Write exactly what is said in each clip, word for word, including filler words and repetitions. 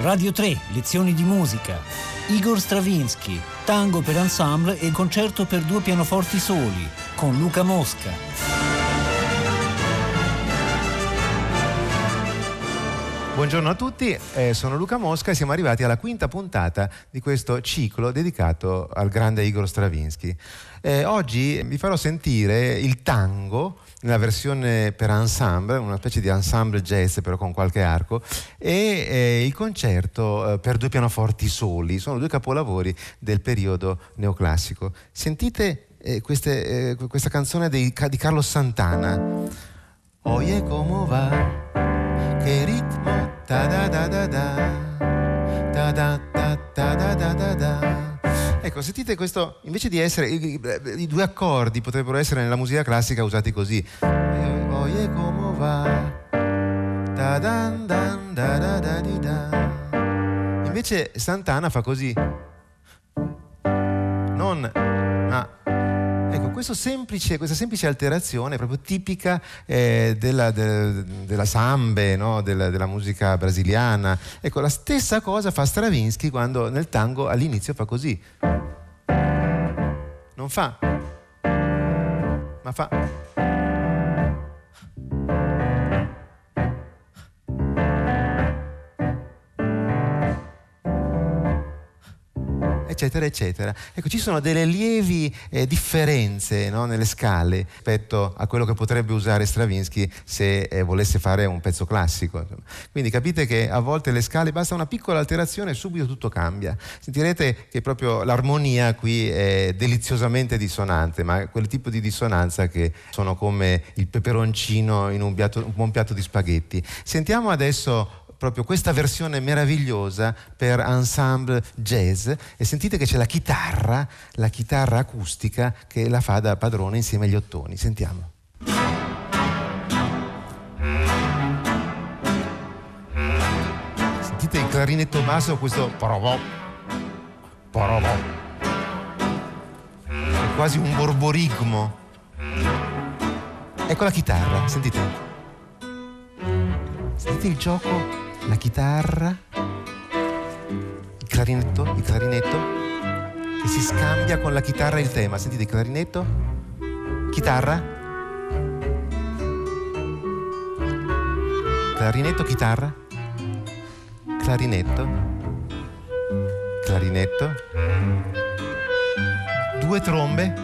Radio tre, lezioni di musica. Igor Stravinsky, tango per ensemble e concerto per due pianoforti soli, con Luca Mosca. Buongiorno a tutti, eh, sono Luca Mosca e siamo arrivati alla quinta puntata di questo ciclo dedicato al grande Igor Stravinsky. Eh, oggi vi farò sentire il tango nella versione per ensemble, una specie di ensemble jazz però con qualche arco, e eh, il concerto eh, per due pianoforti soli. Sono due capolavori del periodo neoclassico. Sentite eh, queste, eh, questa canzone di, di Carlos Santana. Oye como va, che ritmo, ta da da da da, ta da da da da da da da. Ecco, sentite questo, invece di essere, i, i due accordi potrebbero essere nella musica classica usati così. Oye como va, ta dan dan da da da di da. Invece Santana fa così. Non, ma... Ecco, questo semplice, questa semplice alterazione è proprio tipica eh, della, de, della sambe, no? della, della musica brasiliana. Ecco, la stessa cosa fa Stravinsky quando nel tango all'inizio fa così. Non fa, ma fa. Eccetera eccetera. Ecco, ci sono delle lievi eh, differenze, no, nelle scale rispetto a quello che potrebbe usare Stravinsky se eh, volesse fare un pezzo classico. Quindi capite che a volte le scale, basta una piccola alterazione e subito tutto cambia. Sentirete che proprio l'armonia qui è deliziosamente dissonante, ma quel tipo di dissonanza che sono come il peperoncino in un, piatto, un buon piatto di spaghetti. Sentiamo adesso proprio questa versione meravigliosa per ensemble jazz e sentite che c'è la chitarra, la chitarra acustica che la fa da padrone insieme agli ottoni. Sentiamo. Sentite il clarinetto basso, questo porobò, porobò. È quasi un borborigmo. Ecco la chitarra, sentite. Sentite il gioco. La chitarra, il clarinetto, il clarinetto che si scambia con la chitarra il tema. Sentite il clarinetto, chitarra, clarinetto, chitarra, clarinetto, clarinetto, due trombe,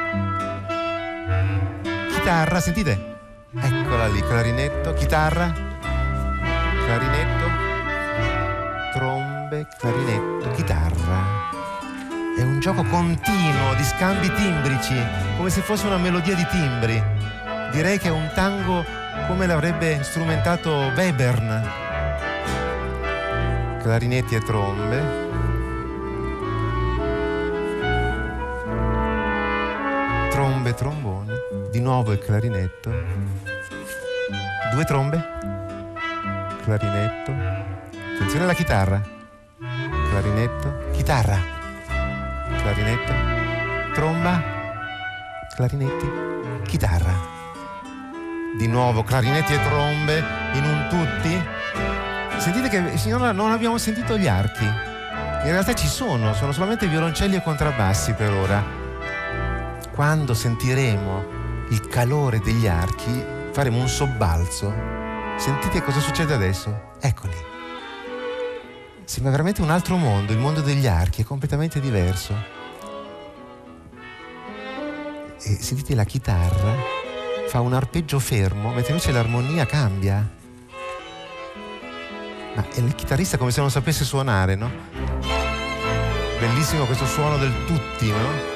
chitarra, sentite? Eccola lì, clarinetto, chitarra, clarinetto, trombe, clarinetto, chitarra. È un gioco continuo di scambi timbrici, come se fosse una melodia di timbri. Direi che è un tango come l'avrebbe strumentato Webern. Clarinetti e trombe. Trombe, trombone. Di nuovo il clarinetto. Due trombe. Clarinetto, attenzione alla chitarra, clarinetto, chitarra, clarinetto, tromba, clarinetti, chitarra, di nuovo clarinetti e trombe in un tutti. Sentite che signora non abbiamo sentito gli archi, in realtà ci sono, sono solamente violoncelli e contrabbassi per ora. Quando sentiremo il calore degli archi faremo un sobbalzo. Sentite cosa succede adesso? Eccoli. Sembra veramente un altro mondo, il mondo degli archi è completamente diverso. E sentite la chitarra fa un arpeggio fermo, mentre invece l'armonia cambia. Ma è il chitarrista come se non sapesse suonare, no? Bellissimo questo suono del tutti, no?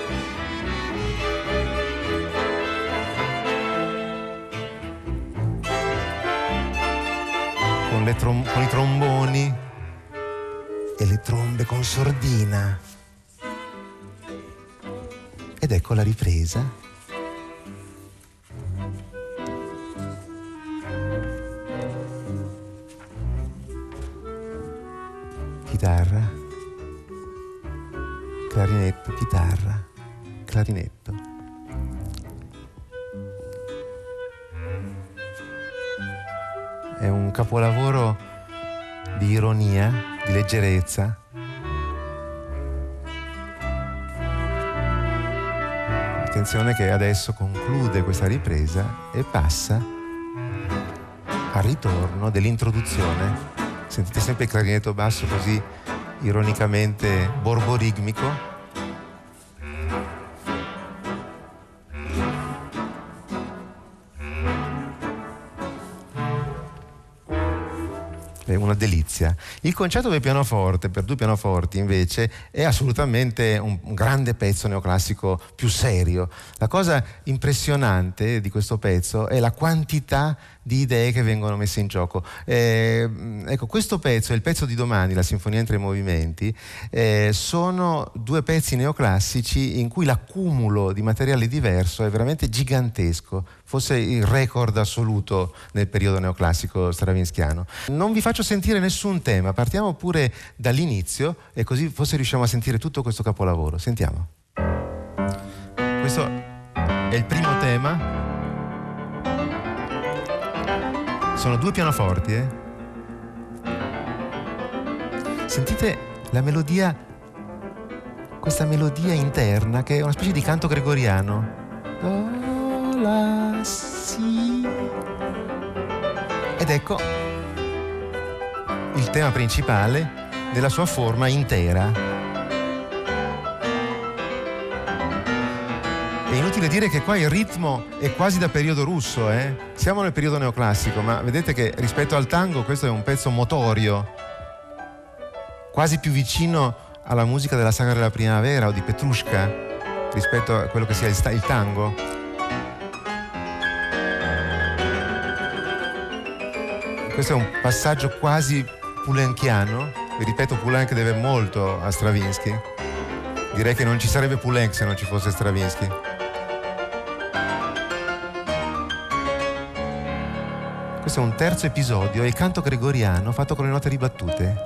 Con, le trom- con i tromboni e le trombe con sordina. Ed ecco la ripresa. Chitarra, clarinetto, chitarra, clarinetto. È un capolavoro di ironia, di leggerezza. Attenzione che adesso conclude questa ripresa e passa al ritorno dell'introduzione. Sentite sempre il clarinetto basso così ironicamente borborigmico. È una delizia. Il concerto per pianoforte, per due pianoforti, invece, è assolutamente un, un grande pezzo neoclassico più serio. La cosa impressionante di questo pezzo è la quantità di idee che vengono messe in gioco. Eh, ecco, questo pezzo e il pezzo di domani, la Sinfonia in tre movimenti, eh, sono due pezzi neoclassici in cui l'accumulo di materiale diverso è veramente gigantesco, forse il record assoluto nel periodo neoclassico stravinskiano. Non vi faccio sentire nessun tema, partiamo pure dall'inizio e così forse riusciamo a sentire tutto questo capolavoro. Sentiamo. Questo è il primo tema. Sono due pianoforti, eh? Sentite la melodia, questa melodia interna che è una specie di canto gregoriano. Do, la, si. Ed ecco il tema principale nella sua forma intera. È inutile dire che qua il ritmo è quasi da periodo russo, eh? Siamo nel periodo neoclassico, ma vedete che rispetto al tango questo è un pezzo motorio, quasi più vicino alla musica della Sagra della Primavera o di Petrushka rispetto a quello che sia il, sta- il tango. Questo è un passaggio quasi poulenkiano. Vi ripeto, Poulenc deve molto a Stravinsky. Direi che non ci sarebbe Poulenc se non ci fosse Stravinsky. Questo è un terzo episodio, è il canto gregoriano fatto con le note ribattute.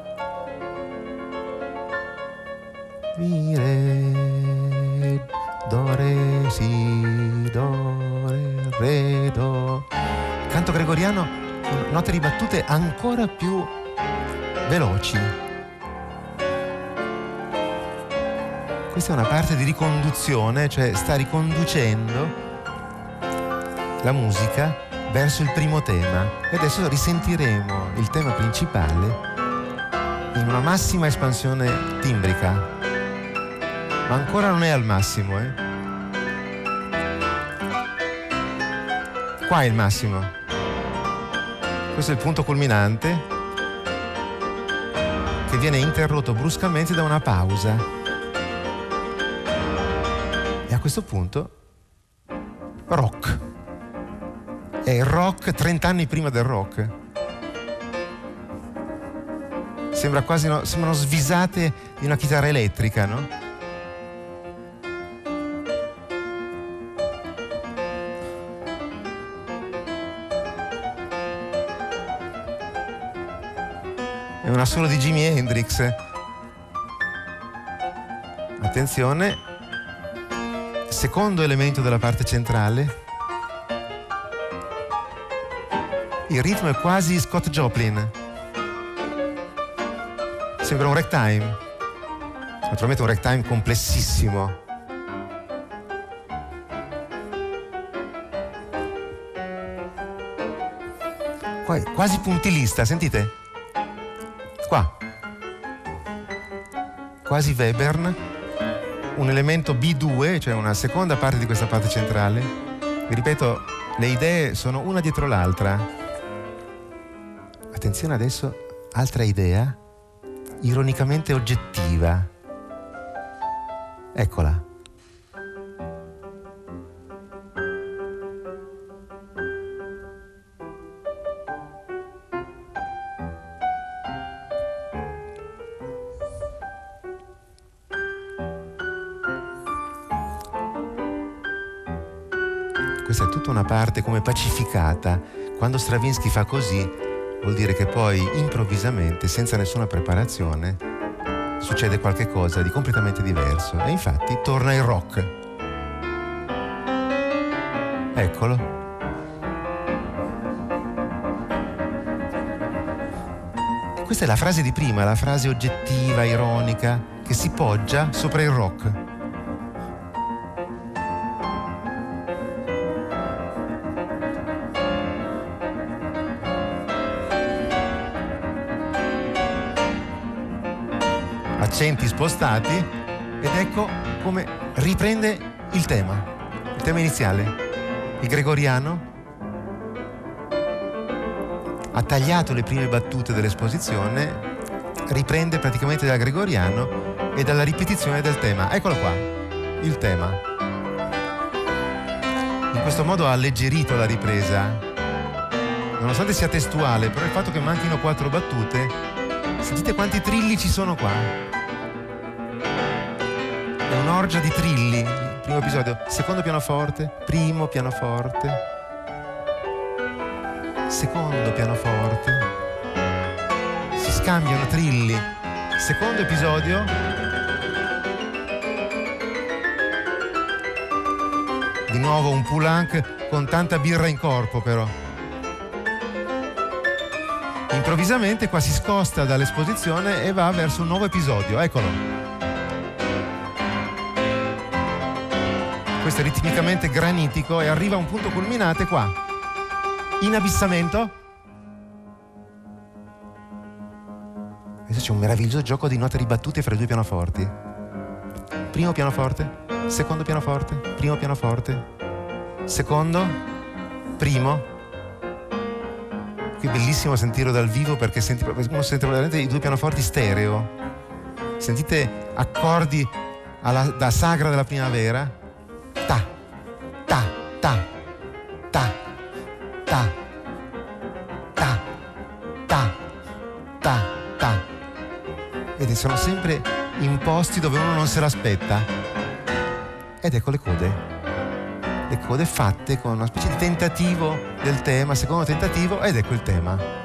Mi, re, do, re, si, do, re, re, do. Canto gregoriano con note ribattute ancora più veloci. Questa è una parte di riconduzione, cioè sta riconducendo la musica verso il primo tema. E adesso risentiremo il tema principale in una massima espansione timbrica, ma ancora non è al massimo, eh? Qua è il massimo. Questo è il punto culminante che viene interrotto bruscamente da una pausa. E a questo punto rock. È il rock trent'anni prima del rock. Sembra quasi, no, sembrano svisate di una chitarra elettrica, no? È un assolo di Jimi Hendrix. Attenzione, secondo elemento della parte centrale. Il ritmo è quasi Scott Joplin. Sembra un ragtime. Naturalmente un ragtime complessissimo. Qua è quasi puntilista, sentite? Qua. Quasi Webern. Un elemento B due, cioè una seconda parte di questa parte centrale. Vi ripeto, le idee sono una dietro l'altra. Attenzione adesso, altra idea, ironicamente oggettiva. Eccola. Questa è tutta una parte come pacificata. Quando Stravinsky fa così, vuol dire che poi improvvisamente, senza nessuna preparazione, succede qualche cosa di completamente diverso. E infatti torna il rock. Eccolo. Questa è la frase di prima, la frase oggettiva, ironica, che si poggia sopra il rock. Accenti spostati ed ecco come riprende il tema, il tema iniziale, il gregoriano. Ha tagliato le prime battute dell'esposizione, riprende praticamente dal gregoriano e dalla ripetizione del tema. Eccolo qua, il tema. In questo modo ha alleggerito la ripresa, nonostante sia testuale, però il fatto che manchino quattro battute, sentite quanti trilli ci sono qua. È un'orgia di trilli. Primo episodio, secondo pianoforte, primo pianoforte, secondo pianoforte, si scambiano trilli, secondo episodio, di nuovo un Poulenc con tanta birra in corpo però. Improvvisamente qua si scosta dall'esposizione e va verso un nuovo episodio, eccolo. Questo è ritmicamente granitico e arriva a un punto culminante qua. In abissamento. Adesso c'è un meraviglioso gioco di note ribattute fra i due pianoforti. Primo pianoforte, secondo pianoforte, primo pianoforte, secondo, primo. Qui è bellissimo sentirlo dal vivo perché senti, uno sente veramente i due pianoforti stereo. Sentite accordi alla, da sagra della primavera. Ta, ta, ta, ta. Ta, ta, ta, ta, ta. Ed sono sempre imposti dove uno non se l'aspetta. Ed ecco le code. Le code fatte con una specie di tentativo del tema, secondo tentativo, ed ecco il tema.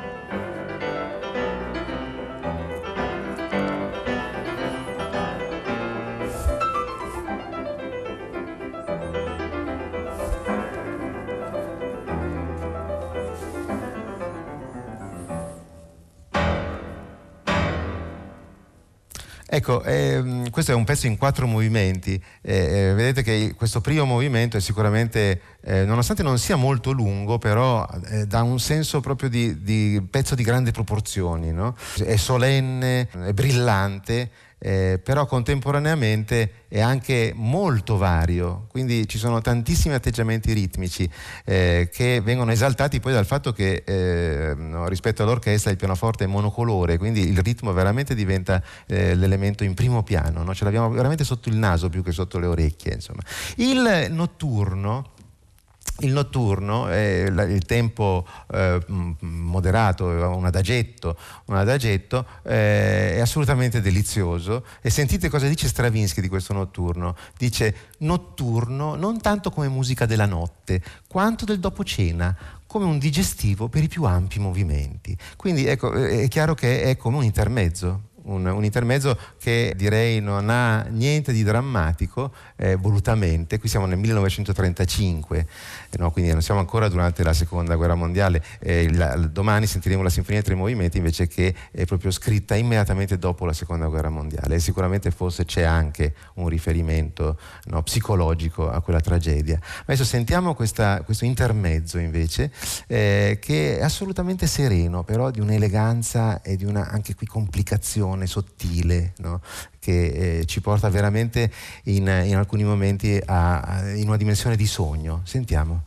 Ecco, ehm, questo è un pezzo in quattro movimenti. Eh, eh, vedete che questo primo movimento è sicuramente, eh, nonostante non sia molto lungo, però eh, dà un senso proprio di, di pezzo di grandi proporzioni, no? È solenne, è brillante, eh, però contemporaneamente è anche molto vario, quindi ci sono tantissimi atteggiamenti ritmici eh, che vengono esaltati poi dal fatto che eh, no, rispetto all'orchestra il pianoforte è monocolore, quindi il ritmo veramente diventa eh, l'elemento in primo piano, no? Ce l'abbiamo veramente sotto il naso più che sotto le orecchie, insomma. Il notturno Il notturno è il tempo eh, moderato, un adagetto, un adagetto eh, è assolutamente delizioso. E sentite cosa dice Stravinsky di questo notturno. Dice: notturno non tanto come musica della notte, quanto del dopo cena, come un digestivo per i più ampi movimenti. Quindi ecco, è chiaro che è come un intermezzo. Un, un intermezzo che direi non ha niente di drammatico eh, volutamente. Qui siamo nel millenovecentotrentacinque, eh, no, quindi non siamo ancora durante la seconda guerra mondiale. Eh, la, domani sentiremo la sinfonia in tre movimenti invece che è proprio scritta immediatamente dopo la seconda guerra mondiale, e sicuramente forse c'è anche un riferimento, no, psicologico a quella tragedia. Ma adesso sentiamo questa, questo intermezzo invece eh, che è assolutamente sereno, però di un'eleganza e di una anche qui complicazione sottile, no? Che eh, ci porta veramente in, in alcuni momenti a, a, in una dimensione di sogno. Sentiamo.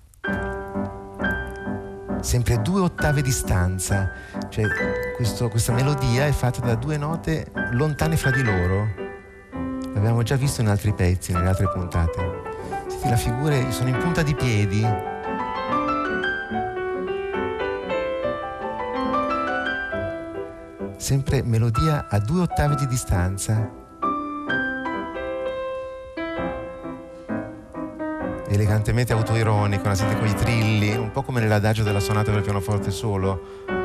Sempre a due ottave distanza, cioè questo, questa melodia è fatta da due note lontane fra di loro. L'abbiamo già visto in altri pezzi, nelle altre puntate. Senti, le figure sono in punta di piedi. Sempre melodia a due ottavi di distanza. Elegantemente autoironico, la sente con i trilli, un po' come nell'adagio della sonata per pianoforte solo.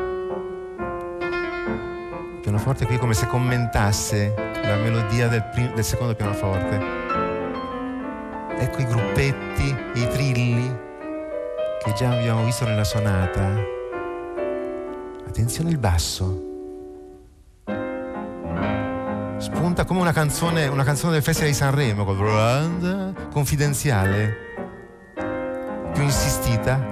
Il pianoforte qui è come se commentasse la melodia del, prim- del secondo pianoforte. Ecco i gruppetti, i trilli che già abbiamo visto nella sonata. Attenzione il basso. spunta come una canzone, una canzone del Festival di Sanremo, confidenziale, più insistita.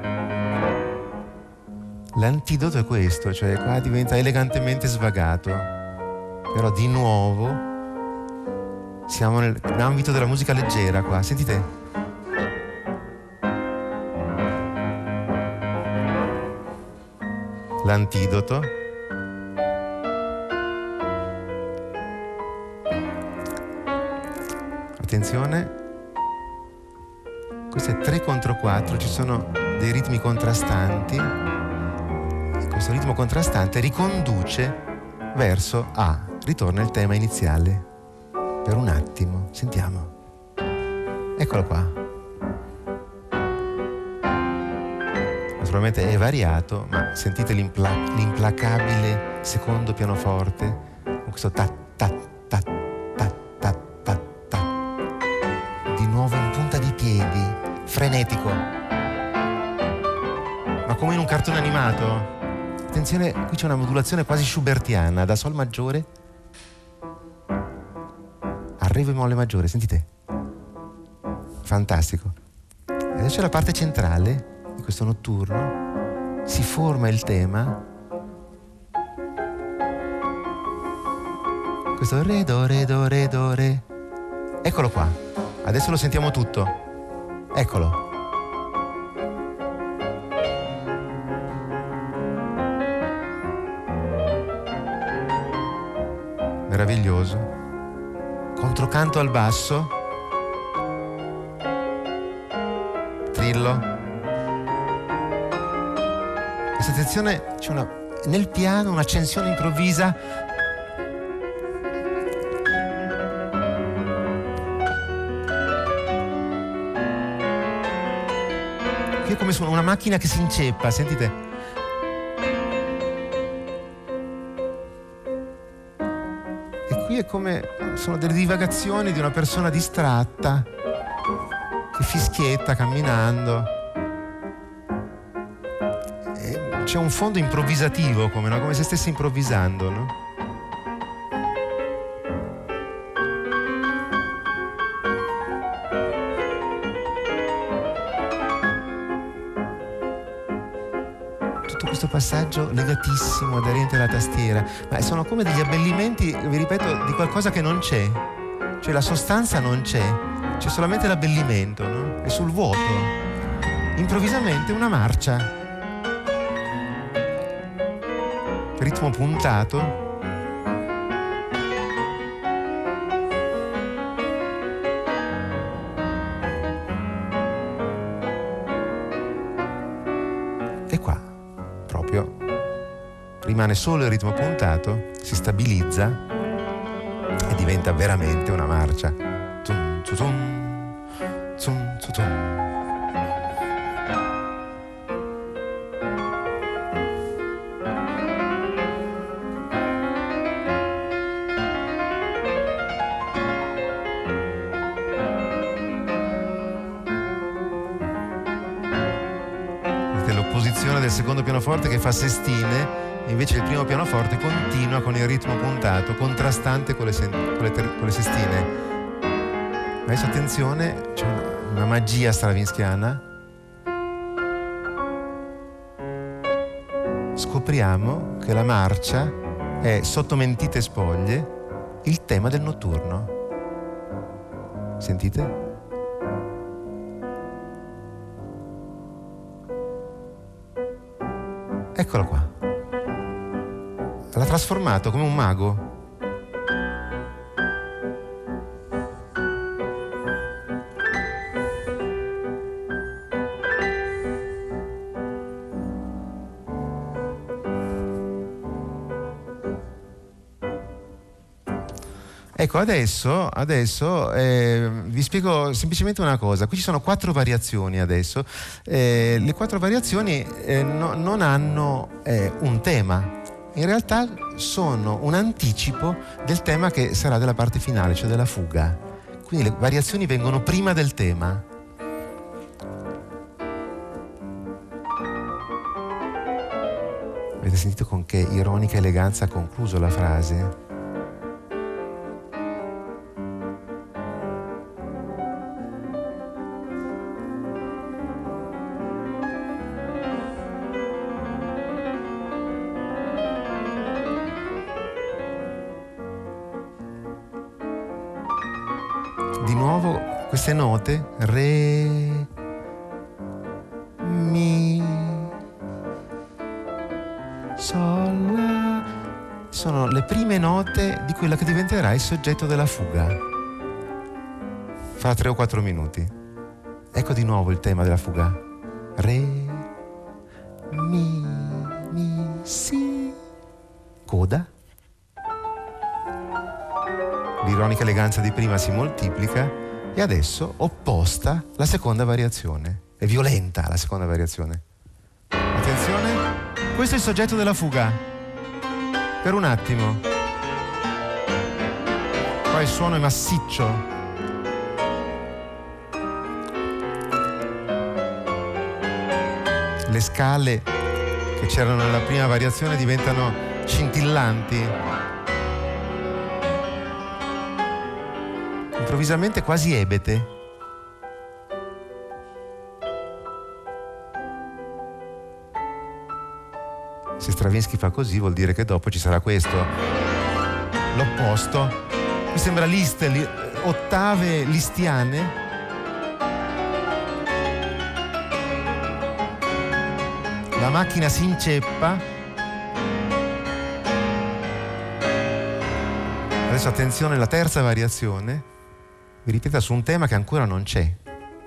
L'antidoto è questo, cioè qua diventa elegantemente svagato, però di nuovo siamo nell'ambito della musica leggera qua, sentite? L'antidoto. Attenzione, questo è tre contro quattro, ci sono dei ritmi contrastanti e questo ritmo contrastante riconduce verso A, ritorna il tema iniziale per un attimo, sentiamo, eccolo qua. Naturalmente è variato, ma sentite l'impla- l'implacabile secondo pianoforte con questo ta ta ta ta ta ta ta, di nuovo in punta di piedi, frenetico, ma come in un cartone animato. Attenzione, qui c'è una modulazione quasi schubertiana, da sol maggiore a re bemolle maggiore, sentite? Fantastico. Adesso c'è la parte centrale di questo notturno, si forma il tema, questo re do re do re do re, eccolo qua, adesso lo sentiamo tutto, eccolo. Meraviglioso. Controcanto al basso, trillo. Questa attenzione, c'è una, nel piano un'accensione improvvisa che è come su una macchina che si inceppa, sentite? E qui è come sono delle divagazioni di una persona distratta che fischietta camminando. E c'è un fondo improvvisativo, come, no? Come se stesse improvvisando, no? Tutto questo passaggio legatissimo, aderente alla tastiera, ma sono come degli abbellimenti, vi ripeto, di qualcosa che non c'è. Cioè la sostanza non c'è, c'è solamente l'abbellimento, no? È sul vuoto. Improvvisamente una marcia. Ritmo puntato. E qua, proprio, rimane solo il ritmo puntato, si stabilizza e diventa veramente una marcia. Tum, tum, tum, tum, tum, tum. L'opposizione del secondo pianoforte che fa sestine, e invece il primo pianoforte continua con il ritmo puntato, contrastante con le, sen- con le, ter- con le sestine. Adesso attenzione, c'è una, una magia stravinskiana. Scopriamo che la marcia è, sotto mentite spoglie, il tema del notturno. Sentite? Eccolo qua. L'ha trasformato come un mago. Ecco, adesso, adesso eh, vi spiego semplicemente una cosa. Qui ci sono quattro variazioni adesso. Eh, le quattro variazioni eh, no, non hanno eh, un tema. In realtà sono un anticipo del tema che sarà della parte finale, cioè della fuga. Quindi le variazioni vengono prima del tema. Avete sentito con che ironica eleganza ha concluso la frase? nuovo queste note, re, mi, sol, la, sono le prime note di quella che diventerà il soggetto della fuga. Fra tre o quattro minuti. Ecco di nuovo il tema della fuga. Re, mi, mi, si, coda. L'ironica eleganza di prima si moltiplica e adesso opposta la seconda variazione. È violenta la seconda variazione. Attenzione, questo è il soggetto della fuga. Per un attimo. Poi il suono è massiccio. Le scale che c'erano nella prima variazione diventano scintillanti. Improvvisamente quasi ebete. Se Stravinsky fa così vuol dire che dopo ci sarà questo, l'opposto. Mi sembra list, li, ottave listiane. La macchina si inceppa. Adesso attenzione, la terza variazione vi ripeta su un tema che ancora non c'è.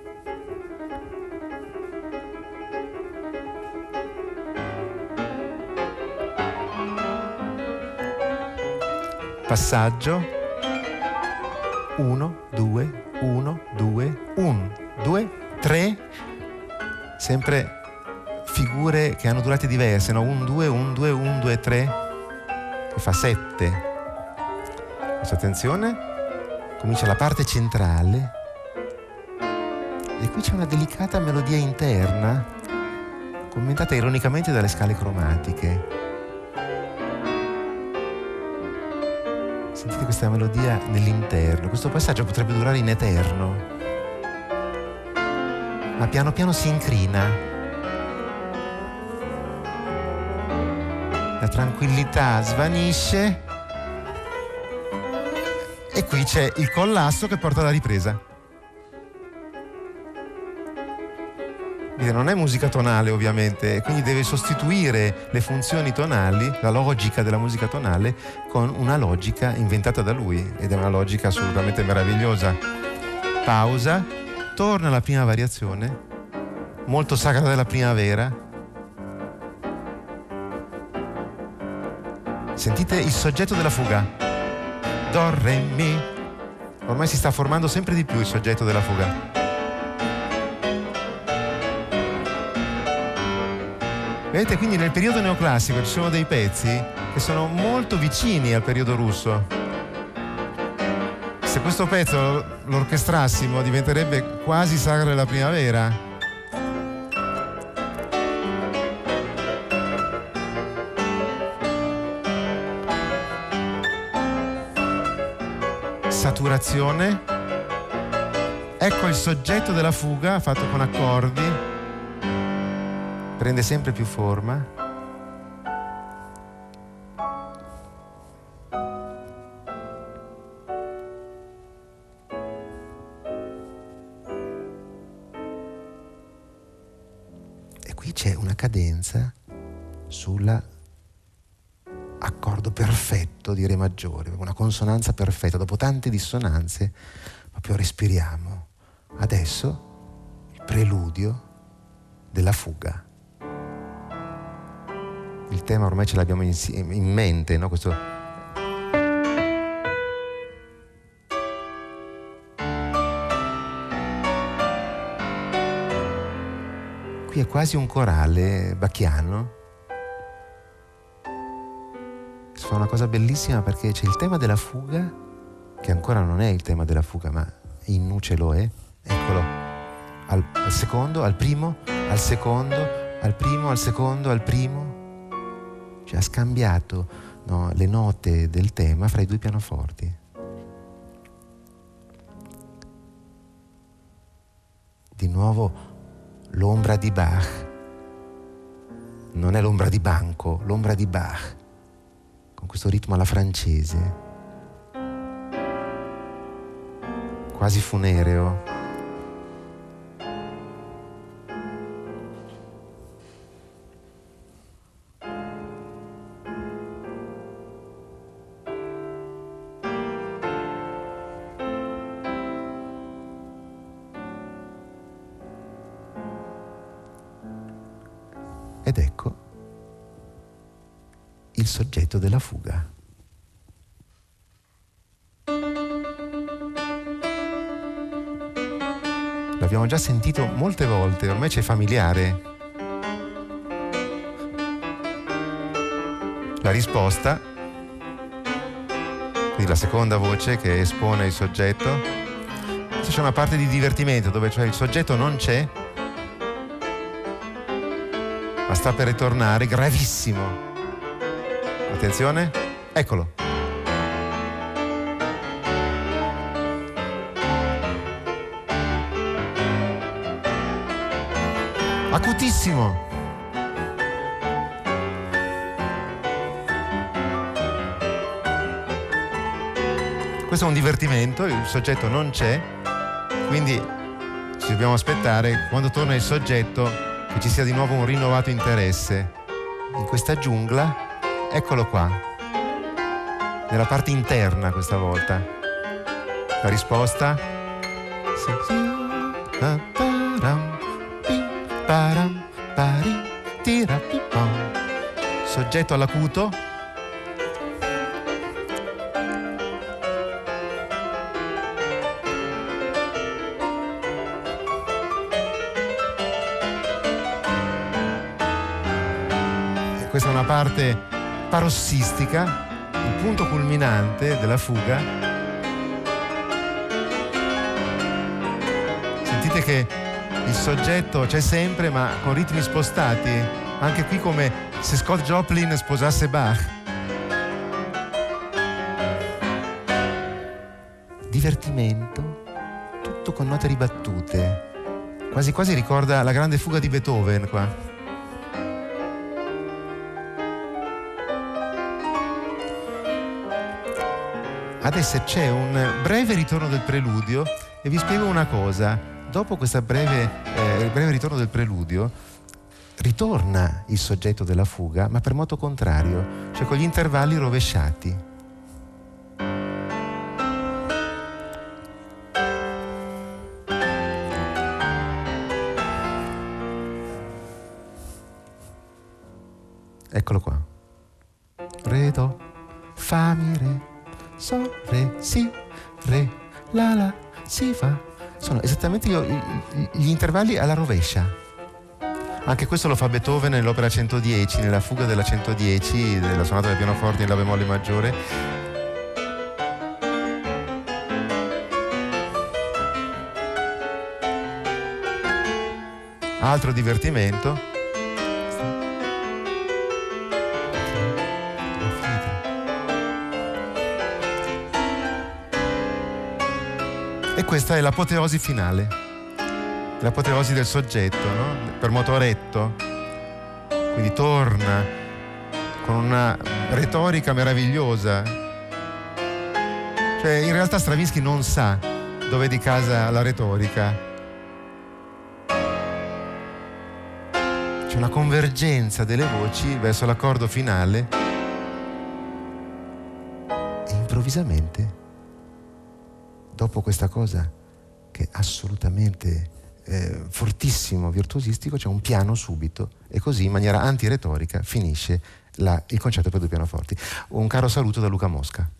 Passaggio uno, due, uno, due, un, due, tre, sempre figure che hanno durate diverse, no? un, due, un, due, un, due, tre, che fa sette. Adesso attenzione, comincia la parte centrale e qui c'è una delicata melodia interna commentata ironicamente dalle scale cromatiche. Sentite questa melodia nell'interno. Questo passaggio potrebbe durare in eterno, ma piano piano si incrina. La tranquillità svanisce e qui c'è il collasso che porta alla ripresa. Non è musica tonale ovviamente, quindi deve sostituire le funzioni tonali, la logica della musica tonale, con una logica inventata da lui, ed è una logica assolutamente meravigliosa. Pausa, torna alla prima variazione, molto sacra della primavera. Sentite il soggetto della fuga. Do, re, mi. Ormai si sta formando sempre di più il soggetto della fuga. Vedete, quindi nel periodo neoclassico ci sono dei pezzi che sono molto vicini al periodo russo. Se questo pezzo lo orchestrassimo diventerebbe quasi sacra della primavera. Saturazione. Ecco il soggetto della fuga fatto con accordi. Prende sempre più forma. E qui c'è una cadenza sull'accordo perfetto di Re maggiore, una consonanza perfetta. Dopo tante dissonanze, proprio respiriamo. Adesso il preludio della fuga. Il tema ormai ce l'abbiamo in, in mente, no? Questo qui è quasi un corale bacchiano. Si fa una cosa bellissima perché c'è il tema della fuga, che ancora non è il tema della fuga, ma in nuce lo è. Eccolo, al, al secondo, al primo, al secondo, al primo, al secondo, al primo. Cioè ha scambiato, no, le note del tema fra i due pianoforti. Di nuovo l'ombra di Bach. Non è l'ombra di Banco, l'ombra di Bach, con questo ritmo alla francese. quasi funereo. Ed ecco il soggetto della fuga. L'abbiamo già sentito molte volte, ormai c'è familiare. La risposta, quindi la seconda voce che espone il soggetto. C'è una parte di divertimento dove cioè il soggetto non c'è, ma sta per ritornare, gravissimo. Attenzione, eccolo. Acutissimo. Questo è un divertimento, il soggetto non c'è, quindi ci dobbiamo aspettare quando torna il soggetto che ci sia di nuovo un rinnovato interesse. In questa giungla, eccolo qua, nella parte interna questa volta. La risposta? Soggetto all'acuto. Questa è una parte parossistica, il punto culminante della fuga. Sentite che il soggetto c'è sempre, ma con ritmi spostati, anche qui come se Scott Joplin sposasse Bach. Divertimento, tutto con note ribattute, quasi quasi ricorda la grande fuga di Beethoven qua. Adesso c'è un breve ritorno del preludio e vi spiego una cosa. Dopo questo breve, eh, breve ritorno del preludio ritorna il soggetto della fuga, ma per moto contrario, cioè con gli intervalli rovesciati. Eccolo qua. Re, do, fa, mi, re. So, re, si, re, la, la, si, fa. Sono esattamente io, gli intervalli alla rovescia. Anche questo lo fa Beethoven nell'opera centodieci, nella fuga della centodieci, della sonata del pianoforte in La bemolle maggiore. Altro divertimento. E questa è l'apoteosi finale, l'apoteosi del soggetto, no? Per motoretto. Quindi torna con una retorica meravigliosa. Cioè, in realtà Stravinsky non sa dove è di casa la retorica. C'è una convergenza delle voci verso l'accordo finale e improvvisamente, dopo questa cosa che è assolutamente eh, fortissimo, virtuosistico, c'è un piano subito e così in maniera antiretorica finisce la, il concerto per due pianoforti. Un caro saluto da Luca Mosca.